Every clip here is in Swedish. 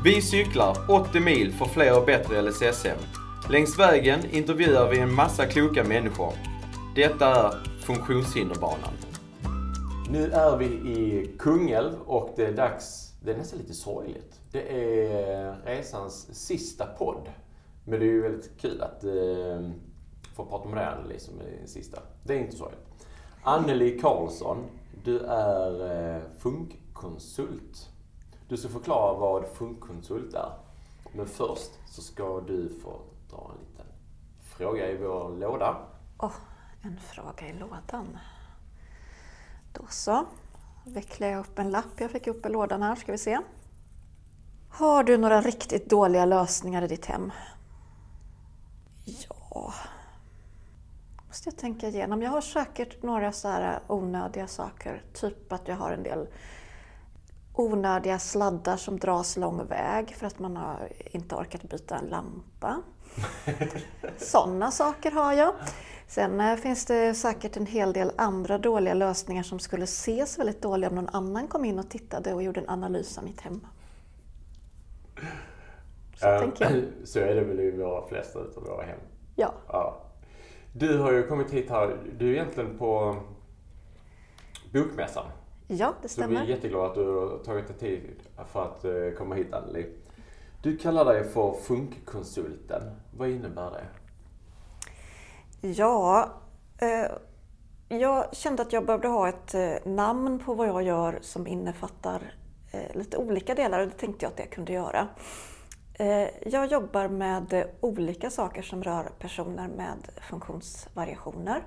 Vi cyklar 80 mil för fler och bättre LSS-hem. Längs vägen intervjuar vi en massa kloka människor. Detta är Funktionshinderbanan. Nu är vi i Kungälv och det är dags, det är nästan lite sorgligt. Det är resans sista podd. Men det är ju väldigt kul att få prata med dig, Anneli, som är den sista. Det är inte sorgligt. Anneli Karlsson, du är funkkonsult. Du ska förklara vad funkkonsult är. Men först så ska du få dra en liten fråga i vår låda. En fråga i lådan. Då så. Vecklar jag upp en lapp jag fick upp i lådan här, ska vi se. Har du några riktigt dåliga lösningar i ditt hem? Ja. Måste jag tänka igenom. Jag har säkert några så här onödiga saker. Typ att jag har en del onödiga sladdar som dras lång väg för att man har inte orkat byta en lampa. Sådana saker har jag. Sen finns det säkert en hel del andra dåliga lösningar som skulle ses väldigt dåliga om någon annan kom in och tittade och gjorde en analys av mitt hem. Så tänker jag. Så är det väl i våra flesta utav våra hem. Ja. Du har ju kommit hit här, du är egentligen på bokmässan. Ja, det stämmer. Så vi är jätteglada att du har tagit dig tid för att komma hit, Anneli. Du kallar dig för funkkonsulten. Vad innebär det? Ja, jag kände att jag behövde ha ett namn på vad jag gör som innefattar lite olika delar, och det tänkte jag att jag kunde göra. Jag jobbar med olika saker som rör personer med funktionsvariationer.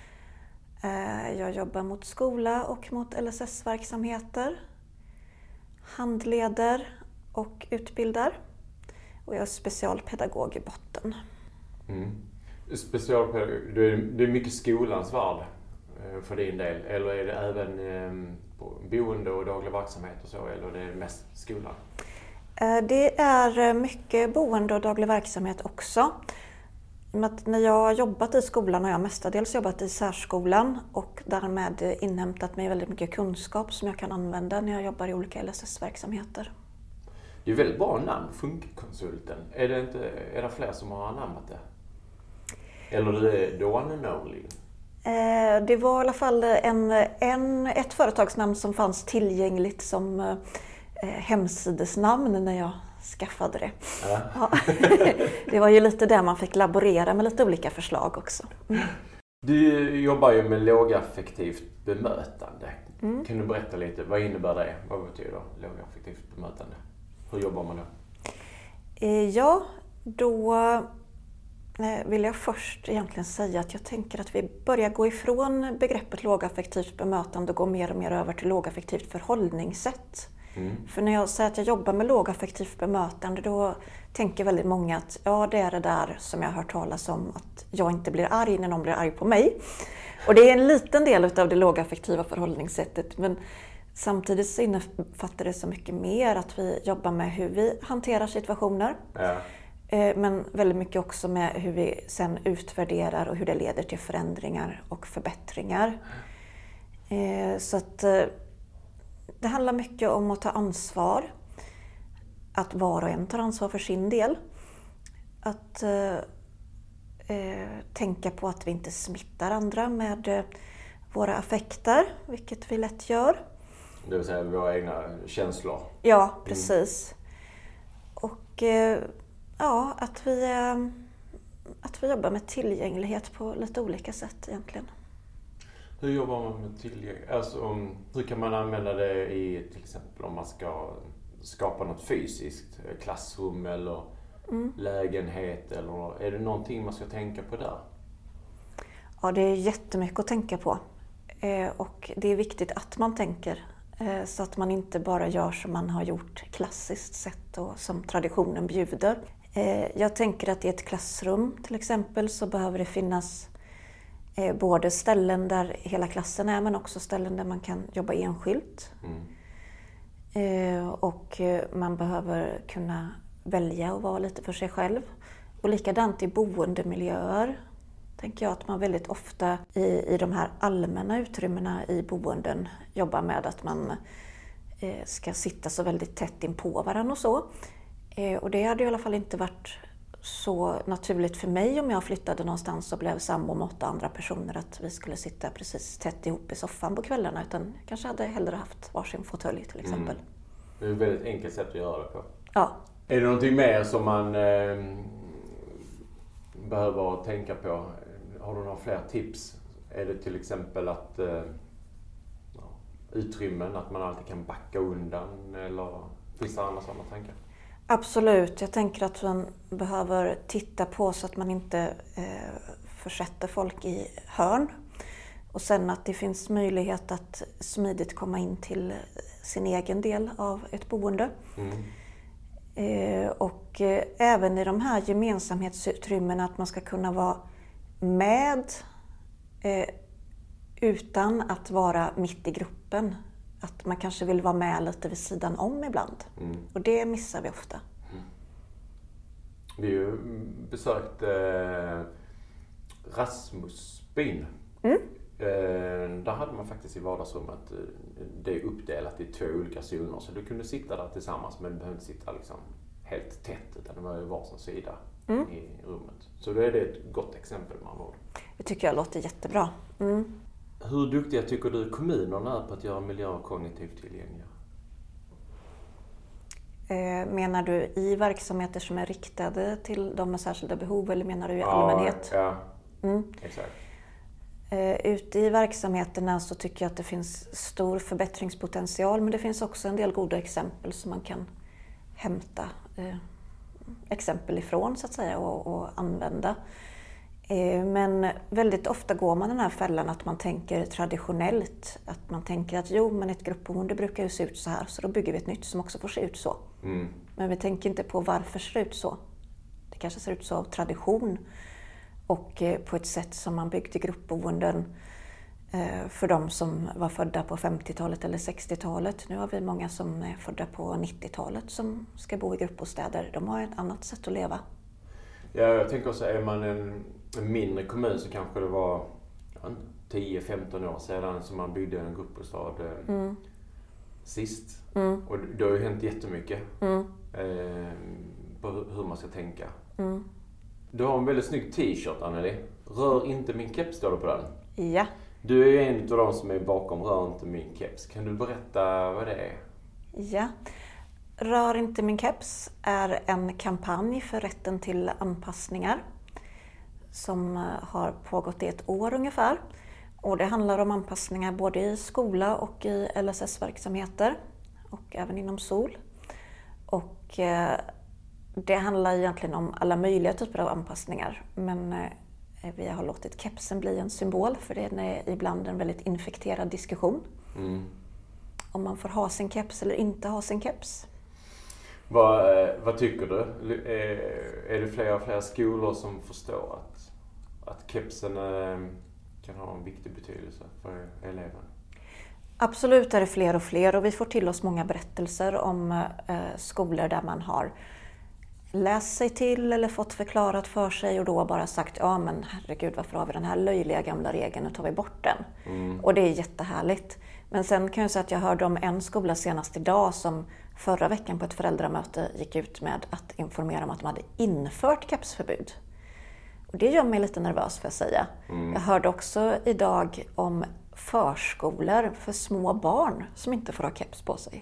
Jag jobbar mot skola och mot LSS-verksamheter, handleder och utbildar. Och jag är specialpedagog i botten. Specialpedagog, det är mycket skolans värld för din del, eller är det även på boende och daglig verksamhet och så, eller är det mest skolan? Det är mycket boende och daglig verksamhet också. När jag har jobbat i skolan har jag mestadels jobbat i särskolan och därmed inhämtat mig väldigt mycket kunskap som jag kan använda när jag jobbar i olika LSS-verksamheter. Det är väldigt bra namn, funkkonsulten. Är det fler som har anammat det? Eller är det the one and only? Det var i alla fall ett företagsnamn som fanns tillgängligt som hemsidesnamn när jag skaffade det. Ja. Det var ju lite där man fick laborera med lite olika förslag också. Du jobbar ju med lågaffektivt bemötande. Kan du berätta lite, vad innebär det? Vad betyder lågaffektivt bemötande? Hur jobbar man då? Ja, då vill jag först egentligen säga att jag tänker att vi börjar gå ifrån begreppet lågaffektivt bemötande och gå mer och mer över till lågaffektivt förhållningssätt. För när jag säger att jag jobbar med lågaffektivt bemötande, då tänker väldigt många att det är det där som jag har hört talas om, att jag inte blir arg när någon blir arg på mig. Och det är en liten del av det lågaffektiva förhållningssättet, men samtidigt så innefattar det så mycket mer att vi jobbar med hur vi hanterar situationer. Ja. Men väldigt mycket också med hur vi sen utvärderar och hur det leder till förändringar och förbättringar. Så att det handlar mycket om att ta ansvar. Att var och en tar ansvar för sin del. Att tänka på att vi inte smittar andra med våra affekter, vilket vi lätt gör. Det vill säga våra egna känslor. Ja, precis. Och att vi jobbar med tillgänglighet på lite olika sätt egentligen. Hur jobbar man med tillgänglighet? Alltså, hur kan man använda det i till exempel om man ska skapa något fysiskt, klassrum eller lägenhet, eller är det någonting man ska tänka på där? Ja, det är jättemycket att tänka på. Och det är viktigt att man tänker så att man inte bara gör som man har gjort klassiskt sett och som traditionen bjuder. Jag tänker att i ett klassrum till exempel så behöver det finnas både ställen där hela klassen är, men också ställen där man kan jobba enskilt. Och man behöver kunna välja och vara lite för sig själv. Och likadant i boendemiljöer tänker jag att man väldigt ofta i de här allmänna utrymmena i boenden jobbar med att man ska sitta så väldigt tätt in på varandra och så. Och det hade i alla fall inte varit så naturligt för mig om jag flyttade någonstans och blev sambo med 8 andra personer att vi skulle sitta precis tätt ihop i soffan på kvällarna, utan jag kanske hade hellre haft varsin fåtölj till exempel. Det är ett väldigt enkelt sätt att göra det på. Ja. Är det någonting mer som man behöver tänka på? Har du några fler tips? Är det till exempel att utrymmen, att man alltid kan backa undan, eller finns det andra sådana tankar? Absolut, jag tänker att man behöver titta på så att man inte försätter folk i hörn. Och sen att det finns möjlighet att smidigt komma in till sin egen del av ett boende. Och även i de här gemensamhetsutrymmena att man ska kunna vara med utan att vara mitt i gruppen. Att man kanske vill vara med lite vid sidan om ibland. Och det missar vi ofta. Vi har ju besökt Rasmusbyn. Där hade man faktiskt i vardagsrummet, det är uppdelat i 2 olika zoner. Så du kunde sitta där tillsammans, men du behövde inte sitta liksom helt tätt, utan det var ju varsin sida i rummet. Så då är det ett gott exempel med andra ord. Det tycker jag låter jättebra. Hur duktiga tycker du kommunerna är på att göra miljöer kognitivt tillgängliga? Menar du i verksamheter som är riktade till de med särskilda behov, eller menar du i allmänhet? Ja, exakt. Ute i verksamheterna så tycker jag att det finns stor förbättringspotential, men det finns också en del goda exempel som man kan hämta exempel ifrån så att säga och använda. Men väldigt ofta går man den här fällan att man tänker traditionellt. Att man tänker att men ett gruppboende brukar ju se ut så här, så då bygger vi ett nytt som också får se ut så. Men vi tänker inte på varför ser det ut så. Det kanske ser ut så av tradition och på ett sätt som man byggde gruppboenden för de som var födda på 50-talet eller 60-talet. Nu har vi många som är födda på 90-talet som ska bo i gruppbostäder. De har ett annat sätt att leva. Ja, jag tänker också, är man en mindre kommun så kanske det var 10-15 år sedan som man byggde en gruppbostad sist. Och det har ju hänt jättemycket på hur man ska tänka. Du har en väldigt snygg t-shirt, Anneli. Rör inte min keps, står det på den. Ja. Du är ju en av de som är bakom Rör inte min keps. Kan du berätta vad det är? Ja. Rör inte min keps är en kampanj för rätten till anpassningar som har pågått i 1 år ungefär. Och det handlar om anpassningar både i skola och i LSS-verksamheter och även inom SOL. Och det handlar egentligen om alla möjliga typer av anpassningar, men vi har låtit kepsen bli en symbol för det är ibland en väldigt infekterad diskussion. Om man får ha sin keps eller inte ha sin keps. Vad tycker du? Är det fler och fler skolor som förstår att kepsen kan ha en viktig betydelse för eleven? Absolut är det fler och fler, och vi får till oss många berättelser om skolor där man har läst sig till eller fått förklarat för sig och då bara sagt men herregud, varför har vi den här löjliga gamla regeln, nu tar vi bort den. Och det är jättehärligt. Men sen kan jag säga att jag hörde om en skola senast idag som förra veckan på ett föräldramöte gick ut med att informera om att de hade infört kepsförbud. Och det gör mig lite nervös, för att säga. Jag hörde också idag om förskolor för små barn som inte får ha keps på sig.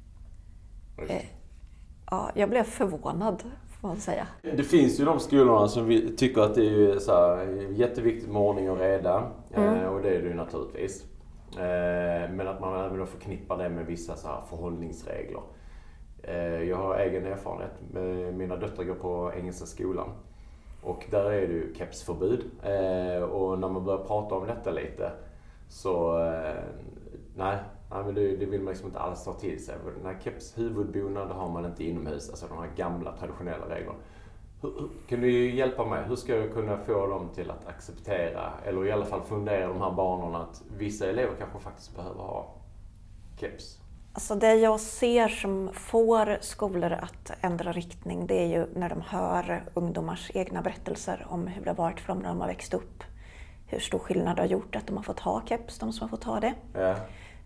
Jag blev förvånad, får man säga. Det finns ju de skolorna som vi tycker att det är så här, jätteviktigt med ordning och reda. Och det är det ju naturligtvis. Men att man även förknippar det med vissa så här förhållningsregler. Jag har egen erfarenhet. Mina döttrar går på Engelska skolan. Och där är det ju kepsförbud. Och när man börjar prata om detta lite så nej, men det vill man liksom inte alls ta till sig. Den här kepshuvudbonad har man inte inomhus, alltså de här gamla traditionella reglerna. Kan du hjälpa mig? Hur ska jag kunna få dem till att acceptera, eller i alla fall fundera de här barnen att vissa elever kanske faktiskt behöver ha keps? Alltså det jag ser som får skolor att ändra riktning, det är ju när de hör ungdomars egna berättelser om hur det har varit för dem när de har växt upp. Hur stor skillnad det har gjort att de har fått ha keps, de som har fått ha det. Ja.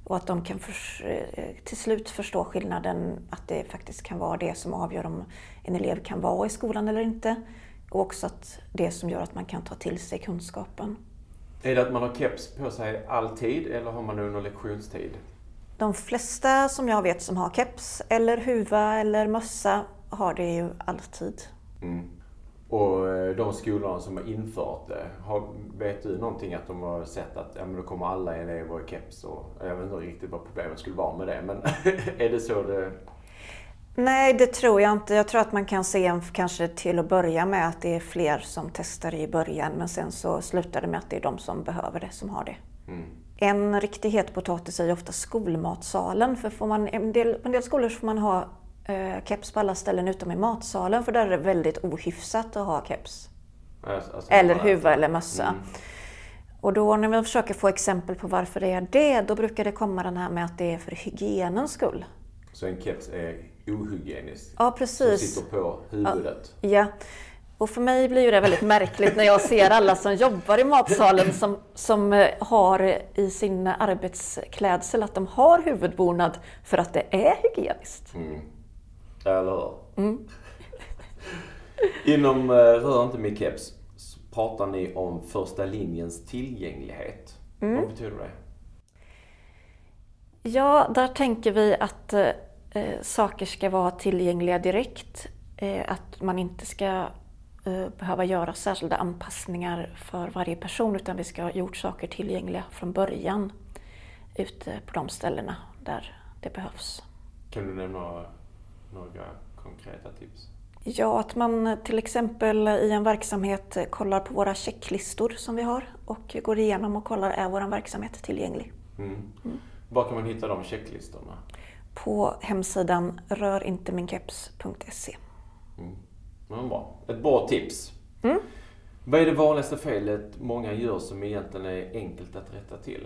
Och att de kan till slut förstå skillnaden, att det faktiskt kan vara det som avgör om en elev kan vara i skolan eller inte. Och också att det som gör att man kan ta till sig kunskapen. Är det att man har keps på sig alltid eller har man under lektionstid? De flesta som jag vet som har keps eller huva eller mössa har det ju alltid. Mm. Och de skolorna som har infört det, vet du någonting att de har sett att men då kommer alla elever i keps? Och jag vet inte riktigt vad problemet skulle vara med det, men är det så det... Nej, det tror jag inte. Jag tror att man kan se kanske till att börja med att det är fler som testar i början, men sen så slutar det med att det är de som behöver det som har det. Mm. En riktig het potatis är ofta skolmatsalen, för på en del skolor får man ha keps på alla ställen utom i matsalen, för där är det väldigt ohyfsat att ha keps. Alltså, eller huva eller mössa. Mm. Och då när vi försöker få exempel på varför det är det, då brukar det komma den här med att det är för hygienens skull. Så en keps är ohygienisk? Ja, precis. Som sitter på huvudet? Ja. Och för mig blir det väldigt märkligt när jag ser alla som jobbar i matsalen som har i sin arbetsklädsel att de har huvudbonad för att det är hygieniskt. Mm. Eller hur? Mm. Inom Rör inte min keps pratar ni om första linjens tillgänglighet. Mm. Vad betyder det? Ja, där tänker vi att saker ska vara tillgängliga direkt. Att man inte ska behöva göra särskilda anpassningar för varje person, utan vi ska ha gjort saker tillgängliga från början ute på de ställena där det behövs. Kan du nämna några konkreta tips? Ja, att man till exempel i en verksamhet kollar på våra checklistor som vi har och går igenom och kollar, är vår verksamhet tillgänglig? Mm. Mm. Var kan man hitta de checklistorna? På hemsidan rörinteminkeps.se. Mm. Bra. Ett bra tips. Mm. Vad är det vanligaste felet många gör som egentligen är enkelt att rätta till?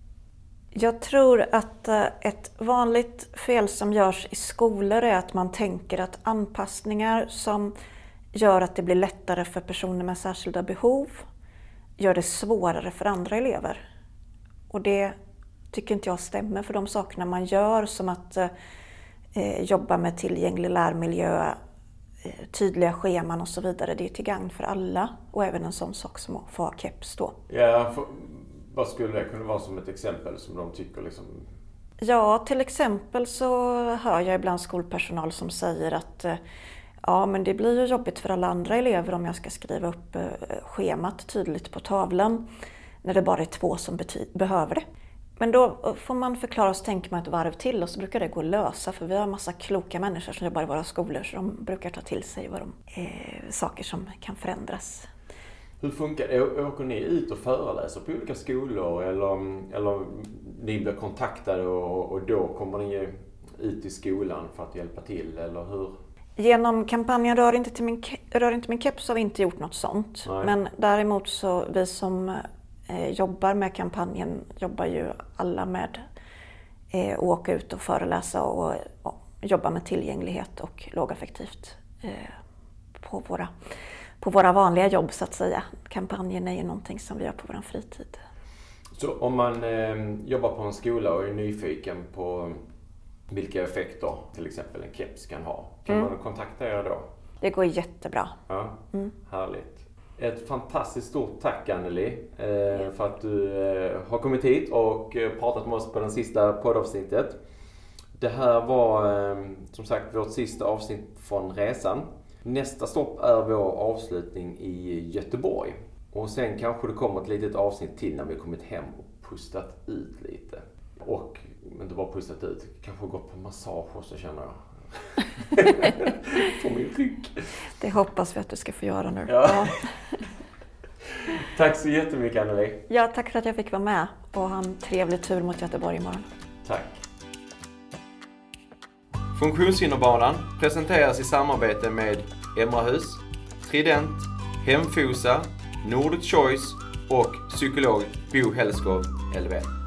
Jag tror att ett vanligt fel som görs i skolor är att man tänker att anpassningar som gör att det blir lättare för personer med särskilda behov gör det svårare för andra elever. Och det tycker inte jag stämmer, för de sakerna man gör, som att jobba med tillgänglig lärmiljö, tydliga scheman och så vidare, det är till gagn för alla, och även en sån sak som att få ha keps då. Ja, vad skulle det kunna vara som ett exempel som de tycker liksom? Ja, till exempel så hör jag ibland skolpersonal som säger att ja, men det blir ju jobbigt för alla andra elever om jag ska skriva upp schemat tydligt på tavlan när det bara är 2 som behöver det. Men då får man förklara, så tänker man ett varv till, och så brukar det gå att lösa, för vi har en massa kloka människor som jobbar i våra skolor, så de brukar ta till sig vad saker som kan förändras. Hur funkar det? Åker ni ut och föreläser på olika skolor, eller ni blir kontaktade och då kommer ni ut i skolan för att hjälpa till, eller hur? Genom kampanjen Rör inte min keps har vi inte gjort något sånt. Nej. Men däremot så vi som jobbar med kampanjen jobbar ju alla med att åka ut och föreläsa och jobba med tillgänglighet och lågaffektivt på våra vanliga jobb, så att säga. Kampanjen är ju någonting som vi gör på vår fritid. Så om man jobbar på en skola och är nyfiken på vilka effekter till exempel en keps kan ha, kan man kontakta er då? Det går jättebra. Ja, härligt. Ett fantastiskt stort tack, Anneli, för att du har kommit hit och pratat med oss på den sista poddavsnittet. Det här var som sagt vårt sista avsnitt från resan. Nästa stopp är vår avslutning i Göteborg. Och sen kanske det kommer ett litet avsnitt till när vi kommit hem och pustat ut lite. Och inte bara pustat ut, kanske gått på massage också, känner jag. På min rygg. Det hoppas vi att du ska få göra nu. Ja. Tack så jättemycket, Anneli. Ja, tack för att jag fick vara med och ha en trevlig tur mot Göteborg imorgon. Tack. Funktionshinderbanan presenteras i samarbete med Emrahus, Trident, Hemfosa, Nordic Choice och psykolog Bo Hellskov, LV.